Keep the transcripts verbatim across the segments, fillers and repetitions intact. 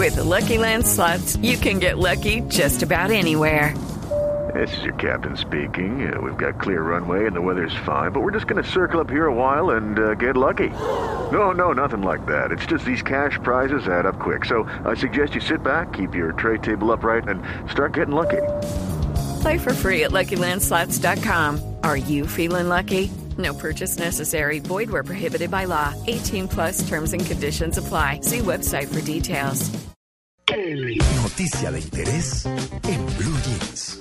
With the Lucky Land Slots, you can get lucky just about anywhere. This is your captain speaking. Uh, we've got clear runway and the weather's fine, but we're just going to circle up here a while and uh, get lucky. No, no, nothing like that. It's just these cash prizes add up quick. So I suggest you sit back, keep your tray table upright, and start getting lucky. Play for free at Lucky Land Slots dot com. Are you feeling lucky? No purchase necessary. Void where prohibited by law. eighteen plus terms and conditions apply. See website for details. Noticia de interés en Blue Jeans.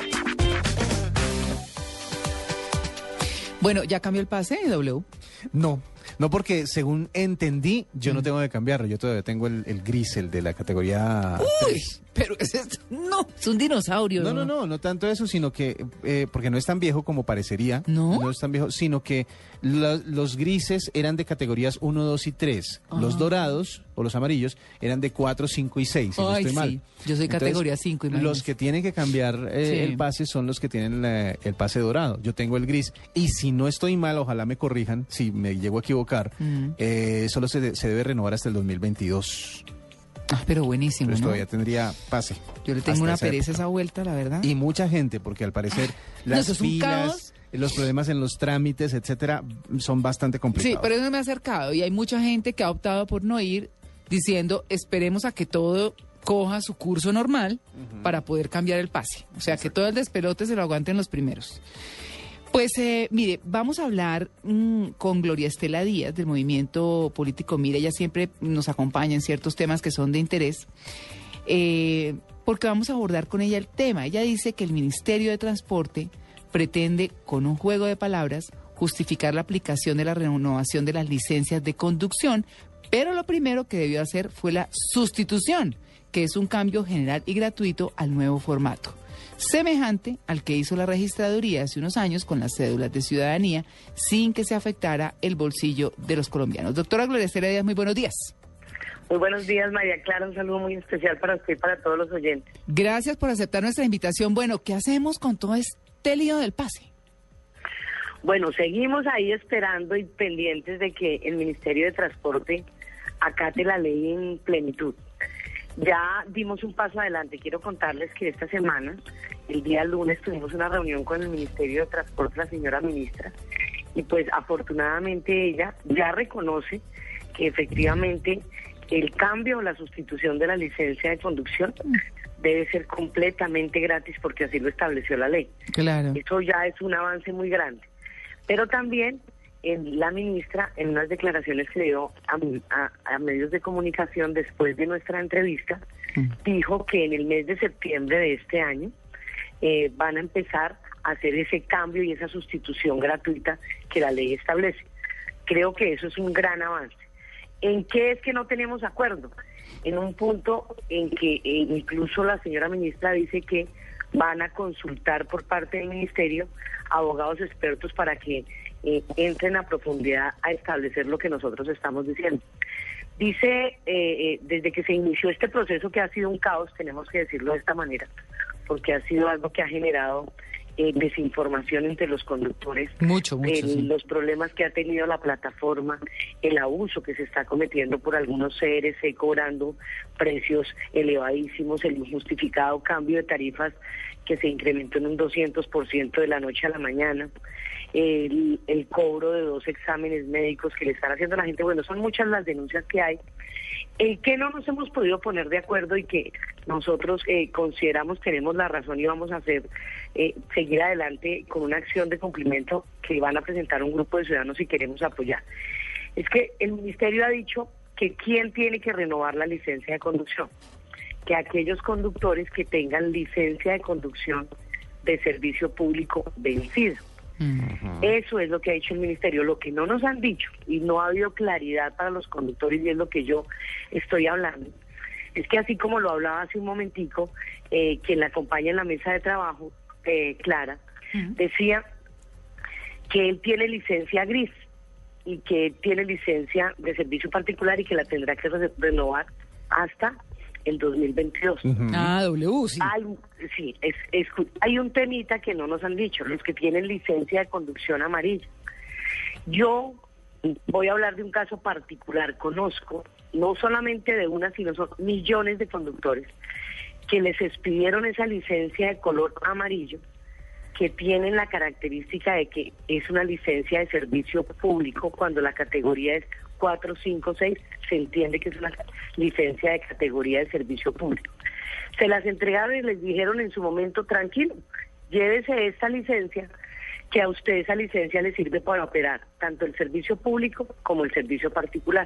Bueno, ¿ya cambió el pase, W? No, no porque según entendí, yo mm. no tengo que cambiarlo. Yo todavía tengo el, el gris, el de la categoría Uy, tres. Pero es esto, no, es un dinosaurio. No, no, no, no tanto eso, sino que, eh, porque no es tan viejo como parecería. ¿No? No es tan viejo, sino que la, los grises eran de categorías uno, dos y tres. Ah. Los dorados, o los amarillos, eran de cuatro, cinco y seis, si Ay, no estoy sí. mal. Yo soy Entonces, categoría cinco, imagínate. Los que tienen que cambiar eh, sí. el pase son los que tienen la, el pase dorado. Yo tengo el gris. Y si no estoy mal, ojalá me corrijan, si me llego a equivocar, mm. eh, solo se, de, se debe renovar hasta el dos mil veintidós. Ah, pero buenísimo, Entonces ¿no? todavía tendría pase. Yo le tengo una pereza a esa vuelta, la verdad. Y mucha gente, porque al parecer las no, filas, los problemas en los trámites, etcétera, son bastante complicados. Sí, pero eso me ha acercado y hay mucha gente que ha optado por no ir, diciendo, esperemos a que todo coja su curso normal uh-huh. para poder cambiar el pase. O sea, Exacto. que todo el despelote se lo aguanten los primeros. Pues, eh, mire, vamos a hablar mmm, con Gloria Estela Díaz del movimiento político Mira. Ella siempre nos acompaña en ciertos temas que son de interés, eh, porque vamos a abordar con ella el tema. Ella dice que el Ministerio de Transporte pretende, con un juego de palabras, justificar la aplicación de la renovación de las licencias de conducción, pero lo primero que debió hacer fue la sustitución, que es un cambio general y gratuito al nuevo formato, semejante al que hizo la registraduría hace unos años con las cédulas de ciudadanía, sin que se afectara el bolsillo de los colombianos. Doctora Gloria Estela Díaz, muy buenos días. Muy buenos días, María Clara, un saludo muy especial para usted y para todos los oyentes. Gracias por aceptar nuestra invitación. Bueno, ¿qué hacemos con todo este lío del pase? Bueno, seguimos ahí esperando y pendientes de que el Ministerio de Transporte acate la ley en plenitud. Ya dimos un paso adelante. Quiero contarles que esta semana, el día lunes, tuvimos una reunión con el Ministerio de Transporte, la señora ministra, y pues afortunadamente ella ya reconoce que efectivamente el cambio o la sustitución de la licencia de conducción debe ser completamente gratis porque así lo estableció la ley. Claro. Eso ya es un avance muy grande. Pero también en la ministra, en unas declaraciones que dio a, a, a medios de comunicación después de nuestra entrevista, mm. dijo que en el mes de septiembre de este año eh, van a empezar a hacer ese cambio y esa sustitución gratuita que la ley establece. Creo que eso es un gran avance. ¿En qué es que no tenemos acuerdo? En un punto en que eh, incluso la señora ministra dice que van a consultar por parte del ministerio abogados expertos para que eh, entren a profundidad a establecer lo que nosotros estamos diciendo. Dice, eh, eh, desde que se inició este proceso que ha sido un caos, tenemos que decirlo de esta manera, porque ha sido algo que ha generado eh, desinformación entre los conductores, mucho, mucho, eh, sí. los problemas que ha tenido la plataforma, el abuso que se está cometiendo por algunos C R C cobrando precios elevadísimos, el injustificado cambio de tarifas que se incrementó en un doscientos por ciento de la noche a la mañana, el, el cobro de dos exámenes médicos que le están haciendo a la gente. Bueno, son muchas las denuncias que hay. El que no nos hemos podido poner de acuerdo y que nosotros eh, consideramos tenemos la razón y vamos a hacer eh, seguir adelante con una acción de cumplimiento que van a presentar un grupo de ciudadanos y queremos apoyar. Es que el ministerio ha dicho que quién tiene que renovar la licencia de conducción, que aquellos conductores que tengan licencia de conducción de servicio público vencida. Uh-huh. Eso es lo que ha dicho el ministerio. Lo que no nos han dicho y no ha habido claridad para los conductores, y es lo que yo estoy hablando, es que así como lo hablaba hace un momentico, eh, quien la acompaña en la mesa de trabajo, eh, Clara, uh-huh. decía que él tiene licencia gris y que él tiene licencia de servicio particular y que la tendrá que re- renovar hasta el dos mil veintidós. Uh-huh. Ah, W, sí. Hay, sí, es, es, hay un temita que no nos han dicho, los que tienen licencia de conducción amarilla. Yo voy a hablar de un caso particular, conozco no solamente de una, sino son millones de conductores que les expidieron esa licencia de color amarillo, que tienen la característica de que es una licencia de servicio público. Cuando la categoría es cuatro, cinco, seis, se entiende que es una licencia de categoría de servicio público. Se las entregaron y les dijeron en su momento, tranquilo, llévese esta licencia, que a usted esa licencia le sirve para operar tanto el servicio público como el servicio particular.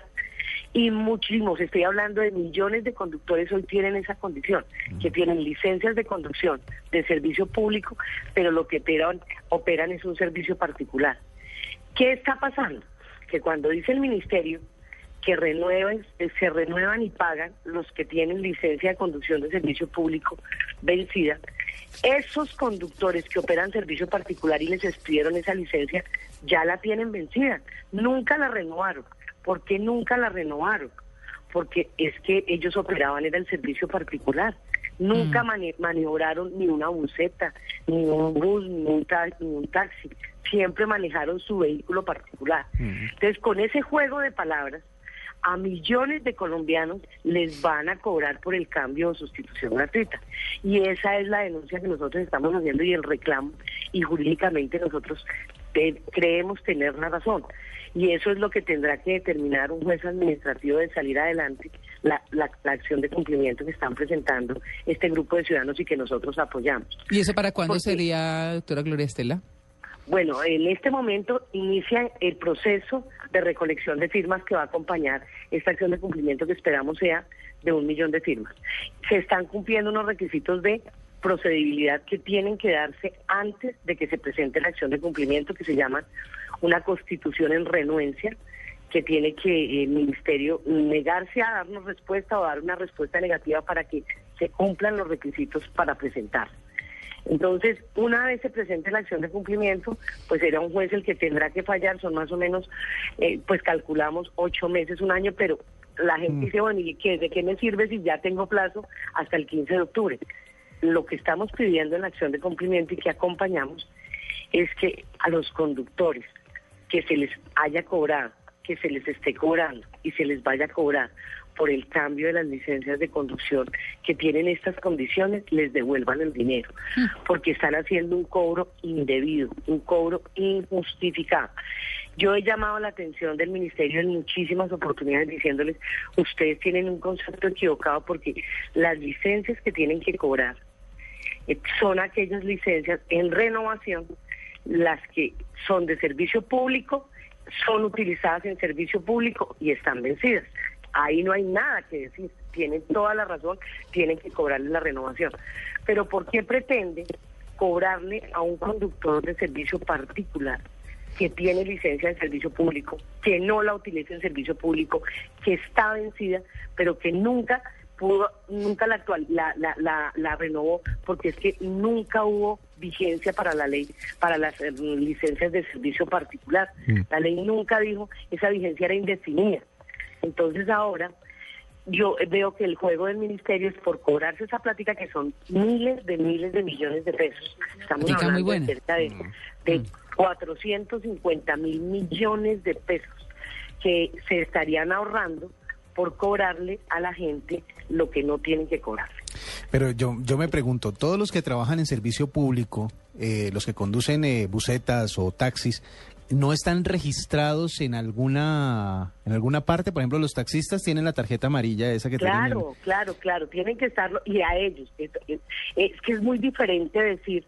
Y muchísimos, estoy hablando de millones de conductores hoy tienen esa condición, que tienen licencias de conducción de servicio público, pero lo que operan, operan es un servicio particular. ¿Qué está pasando? Que cuando dice el ministerio que renueven, se renuevan y pagan los que tienen licencia de conducción de servicio público vencida, esos conductores que operan servicio particular y les expidieron esa licencia, ya la tienen vencida, nunca la renovaron. ¿Por qué nunca la renovaron? Porque es que ellos operaban era el servicio particular, nunca mm. mani maniobraron ni una buseta, ni un bus, ni un, ta ni un taxi, siempre manejaron su vehículo particular. Mm. Entonces, con ese juego de palabras, a millones de colombianos les van a cobrar por el cambio o sustitución gratuita. Y esa es la denuncia que nosotros estamos haciendo y el reclamo, y jurídicamente nosotros te, creemos tener la razón. Y eso es lo que tendrá que determinar un juez administrativo de salir adelante, la, la, la acción de cumplimiento que están presentando este grupo de ciudadanos y que nosotros apoyamos. ¿Y eso para cuándo Porque, sería, doctora Gloria Estela? Bueno, en este momento inicia el proceso de recolección de firmas que va a acompañar esta acción de cumplimiento que esperamos sea de un millón de firmas. Se están cumpliendo unos requisitos de procedibilidad que tienen que darse antes de que se presente la acción de cumplimiento, que se llaman una constitución en renuencia, que tiene que el ministerio negarse a darnos respuesta o dar una respuesta negativa para que se cumplan los requisitos para presentar. Entonces, una vez se presente la acción de cumplimiento, pues será un juez el que tendrá que fallar, son más o menos, eh, pues calculamos ocho meses, un año, pero la gente mm. dice, bueno, ¿y qué, de qué me sirve si ya tengo plazo hasta el quince de octubre? Lo que estamos pidiendo en la acción de cumplimiento y que acompañamos es que a los conductores que se les haya cobrado, que se les esté cobrando y se les vaya a cobrar por el cambio de las licencias de conducción que tienen estas condiciones, les devuelvan el dinero, porque están haciendo un cobro indebido, un cobro injustificado. Yo he llamado la atención del ministerio en muchísimas oportunidades diciéndoles, ustedes tienen un concepto equivocado porque las licencias que tienen que cobrar eh, son aquellas licencias en renovación, las que son de servicio público, son utilizadas en servicio público y están vencidas. Ahí no hay nada que decir, tienen toda la razón, tienen que cobrarle la renovación. Pero ¿por qué pretende cobrarle a un conductor de servicio particular que tiene licencia de servicio público, que no la utiliza en servicio público, que está vencida, pero que nunca pudo, nunca la actual, la, la, la, la renovó, porque es que nunca hubo vigencia para la ley, para las eh, licencias de servicio particular? Mm. La ley nunca dijo, esa vigencia era indefinida. Entonces ahora yo veo que el juego del ministerio es por cobrarse esa plática que son miles de miles de millones de pesos. Estamos Chica, hablando muy de cerca de, de cuatrocientos cincuenta mil millones de pesos que se estarían ahorrando por cobrarle a la gente lo que no tienen que cobrar. Pero yo yo me pregunto, todos los que trabajan en servicio público, eh, los que conducen eh, busetas o taxis, ¿no están registrados en alguna en alguna parte? Por ejemplo, los taxistas tienen la tarjeta amarilla esa que claro, tienen. Claro, claro, claro, tienen que estarlo, y a ellos. Es, es, es que es muy diferente decir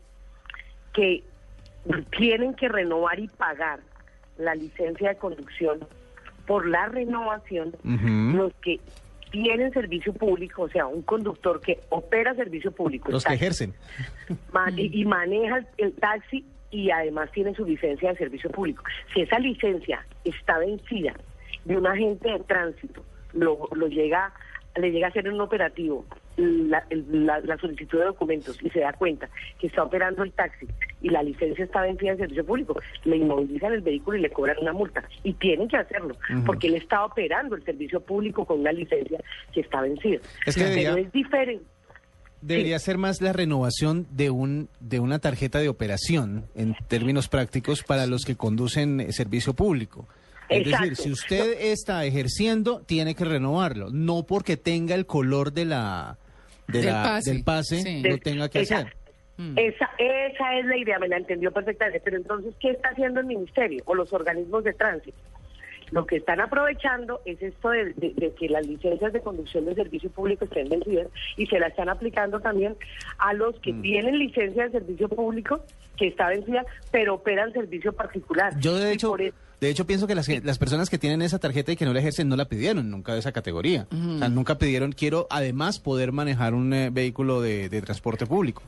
que tienen que renovar y pagar la licencia de conducción por la renovación, uh-huh. los que tienen servicio público, o sea, un conductor que opera servicio público. Los taxi, que ejercen. Man, y, y maneja el, el taxi y además tiene su licencia de servicio público. Si esa licencia está vencida de un agente de tránsito, lo, lo llega, le llega a hacer un operativo, la, la, la solicitud de documentos, y se da cuenta que está operando el taxi y la licencia está vencida de servicio público, le inmovilizan el vehículo y le cobran una multa. Y tienen que hacerlo, uh-huh. porque él está operando el servicio público con una licencia que está vencida. Es que debería, Pero es diferente. Debería sí. ser más la renovación de un de una tarjeta de operación, en términos prácticos, para los que conducen servicio público. Es Exacto. decir, si usted está ejerciendo, tiene que renovarlo, no porque tenga el color de la, de Del la pase. del pase, Sí. lo tenga que Esa- hacer. Esa, esa es la idea, me la entendió perfectamente. Pero entonces, ¿qué está haciendo el ministerio o los organismos de tránsito? Lo que están aprovechando es esto de, de- de que las licencias de conducción de servicio público estén vencidas y se la están aplicando también a los que Mm. tienen licencia de servicio público que está vencida, pero operan servicio particular. Yo de Y hecho, por eso- de hecho pienso que las, las personas que tienen esa tarjeta y que no la ejercen no la pidieron nunca de esa categoría. O sea, nunca pidieron, quiero además poder manejar un eh, vehículo de, de transporte público.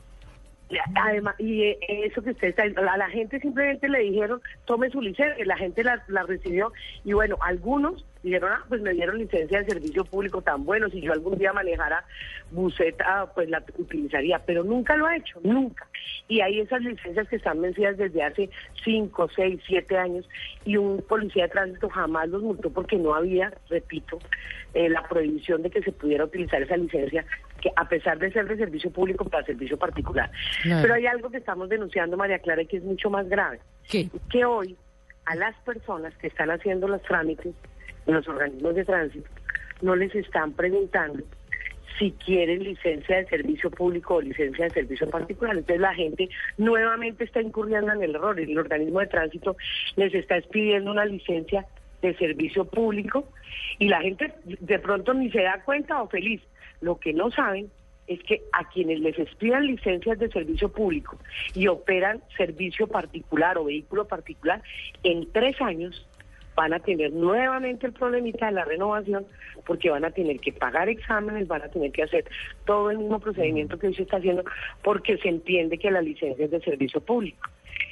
Además, y eh, eso que usted está, a la gente simplemente le dijeron, tome su licencia, la gente la, la recibió, y bueno, algunos dijeron, ah, pues me dieron licencia de servicio público tan bueno, si yo algún día manejara buseta, pues la utilizaría, pero nunca lo ha hecho, nunca. Y hay esas licencias que están vencidas desde hace cinco, seis, siete años, y un policía de tránsito jamás los multó porque no había, repito, eh, la prohibición de que se pudiera utilizar esa licencia, que a pesar de ser de servicio público para servicio particular. Claro. Pero hay algo que estamos denunciando, María Clara, y que es mucho más grave. ¿Qué? Que hoy a las personas que están haciendo los trámites en los organismos de tránsito no les están preguntando si quieren licencia de servicio público o licencia de servicio particular. Entonces la gente nuevamente está incurriendo en el error. El organismo de tránsito les está pidiendo una licencia de servicio público y la gente de pronto ni se da cuenta o feliz. Lo que no saben es que a quienes les expidan licencias de servicio público y operan servicio particular o vehículo particular, en tres años van a tener nuevamente el problemita de la renovación, porque van a tener que pagar exámenes, van a tener que hacer todo el mismo procedimiento que hoy se está haciendo, porque se entiende que la licencia es de servicio público.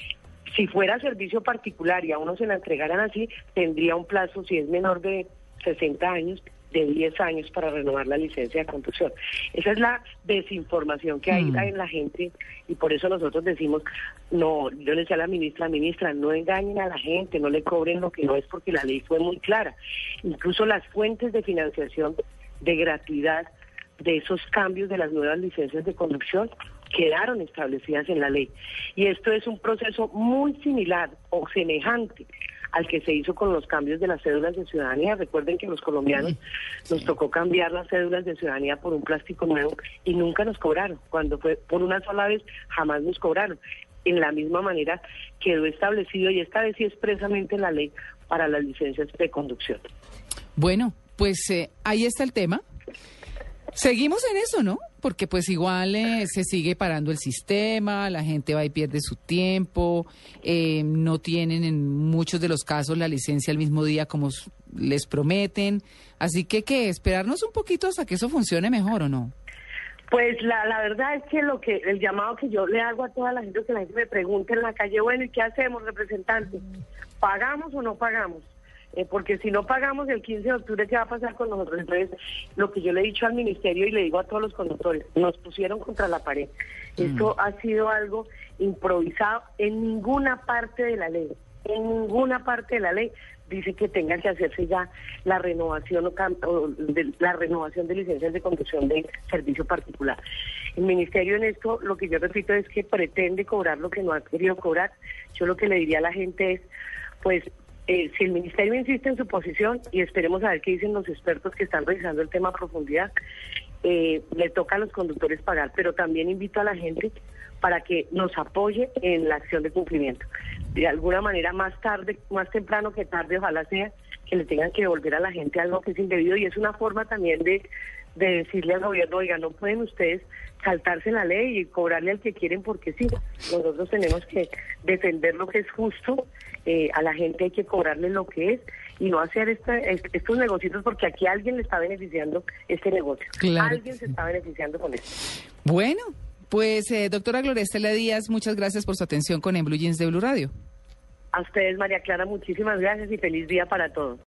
Si fuera servicio particular y a uno se la entregaran así, tendría un plazo, si es menor de sesenta años, de diez años para renovar la licencia de conducción. Esa es la desinformación que hay Mm. en la gente, y por eso nosotros decimos, no, yo le decía a la ministra, ministra, no engañen a la gente, no le cobren lo que no es, porque la ley fue muy clara. Incluso las fuentes de financiación de gratuidad de esos cambios de las nuevas licencias de conducción quedaron establecidas en la ley. Y esto es un proceso muy similar o semejante al que se hizo con los cambios de las cédulas de ciudadanía. Recuerden que a los colombianos nos tocó cambiar las cédulas de ciudadanía por un plástico nuevo y nunca nos cobraron. Cuando fue por una sola vez, jamás nos cobraron. En la misma manera quedó establecido, y esta vez sí expresamente en la ley, para las licencias de conducción. Bueno, pues eh, ahí está el tema. Seguimos en eso, ¿no? Porque pues igual eh, se sigue parando el sistema, la gente va y pierde su tiempo, eh, no tienen en muchos de los casos la licencia al mismo día como s- les prometen. Así que, ¿qué? ¿Esperarnos un poquito hasta que eso funcione mejor o no? Pues la, la verdad es que lo que el llamado que yo le hago a toda la gente, que la gente me pregunte en la calle, bueno, ¿y qué hacemos, representantes? ¿Pagamos o no pagamos? Eh, porque si no pagamos el quince de octubre, ¿qué va a pasar con nosotros? Entonces, lo que yo le he dicho al ministerio y le digo a todos los conductores, nos pusieron contra la pared. Esto ha sido algo improvisado. En ninguna parte de la ley, en ninguna parte de la ley dice que tenga que hacerse ya la renovación o, cam- o de, la renovación de licencias de conducción de servicio particular. El ministerio en esto, lo que yo repito es que pretende cobrar lo que no ha querido cobrar. Yo lo que le diría a la gente es, pues, Eh, si el ministerio insiste en su posición, y esperemos a ver qué dicen los expertos que están revisando el tema a profundidad, eh, le toca a los conductores pagar, pero también invito a la gente para que nos apoye en la acción de cumplimiento. De alguna manera, más tarde, más temprano que tarde, ojalá sea, que le tengan que devolver a la gente algo que es indebido, y es una forma también de, de decirle al gobierno, oiga, no pueden ustedes saltarse la ley y cobrarle al que quieren porque sí. Nosotros tenemos que defender lo que es justo, eh, a la gente hay que cobrarle lo que es y no hacer esta, est- estos negocios, porque aquí alguien le está beneficiando este negocio. Claro Alguien que se sí. está beneficiando con esto. Bueno, pues eh, doctora Gloria Estela Díaz, muchas gracias por su atención con En Blue Jeans de Blue Radio. A ustedes, María Clara, muchísimas gracias y feliz día para todos.